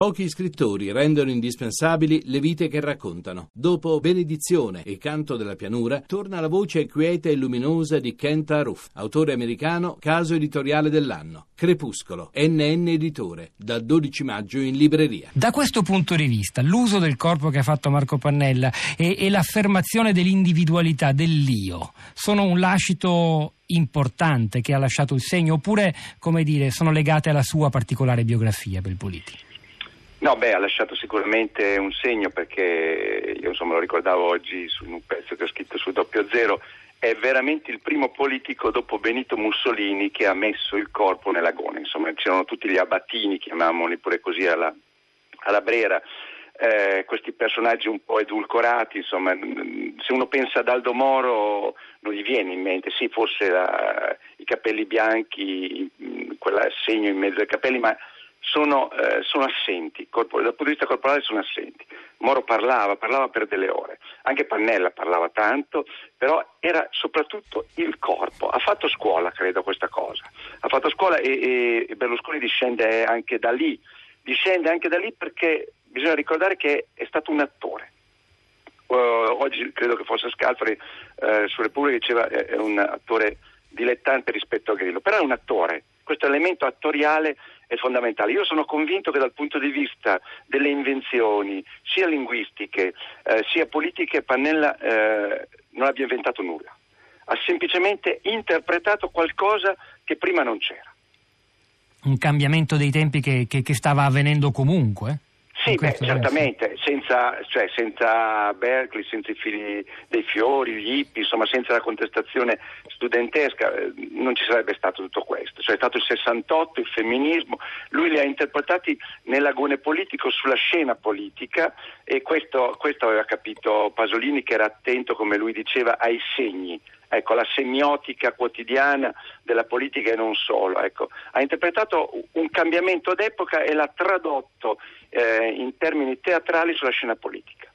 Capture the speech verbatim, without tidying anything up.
Pochi scrittori rendono indispensabili le vite che raccontano. Dopo Benedizione e Canto della pianura, torna la voce quieta e luminosa di Kent Aruf, autore americano, caso editoriale dell'anno. Crepuscolo, N N Editore, dal dodici maggio in libreria. Da questo punto di vista, l'uso del corpo che ha fatto Marco Pannella e, e l'affermazione dell'individualità, dell'io, sono un lascito importante che ha lasciato il segno, oppure, come dire, sono legate alla sua particolare biografia, Belpoliti? No, beh, ha lasciato sicuramente un segno, perché io insomma lo ricordavo oggi su un pezzo che ho scritto su Doppio Zero. È veramente il primo politico dopo Benito Mussolini che ha messo il corpo nell'agone. Insomma, c'erano tutti gli abatini, chiamiamoli pure così alla, alla Brera, eh, questi personaggi un po' edulcorati. Insomma, se uno pensa ad Aldo Moro non gli viene in mente, sì, forse la, i capelli bianchi, quel segno in mezzo ai capelli, ma sono, eh, sono assenti, corpo, dal punto di vista corporale sono assenti. Moro parlava, parlava per delle ore, anche Pannella parlava tanto, però era soprattutto il corpo. Ha fatto scuola, credo, questa cosa, ha fatto scuola e, e Berlusconi discende anche da lì, discende anche da lì perché bisogna ricordare che è stato un attore. Uh, oggi credo che fosse Scalfari uh, su Repubblica diceva è, è un attore dilettante rispetto a Grillo, però è un attore. Questo elemento attoriale è fondamentale. Io sono convinto che dal punto di vista delle invenzioni, sia linguistiche, eh, sia politiche, Pannella eh, non abbia inventato nulla. Ha semplicemente interpretato qualcosa che prima non c'era. Un cambiamento dei tempi che, che, che stava avvenendo comunque? Sì, beh, certamente, senza, cioè, senza Berkeley, senza i figli dei fiori, gli hippie, insomma, senza la contestazione studentesca, eh, non ci sarebbe stato tutto questo. Cioè, è stato il sessantotto, il femminismo, lui li ha interpretati nell'agone politico, sulla scena politica, e questo, questo aveva capito Pasolini, che era attento, come lui diceva, ai segni. Ecco, la semiotica quotidiana della politica e non solo. Ecco, ha interpretato un cambiamento d'epoca e l'ha tradotto eh, in termini teatrali sulla scena politica.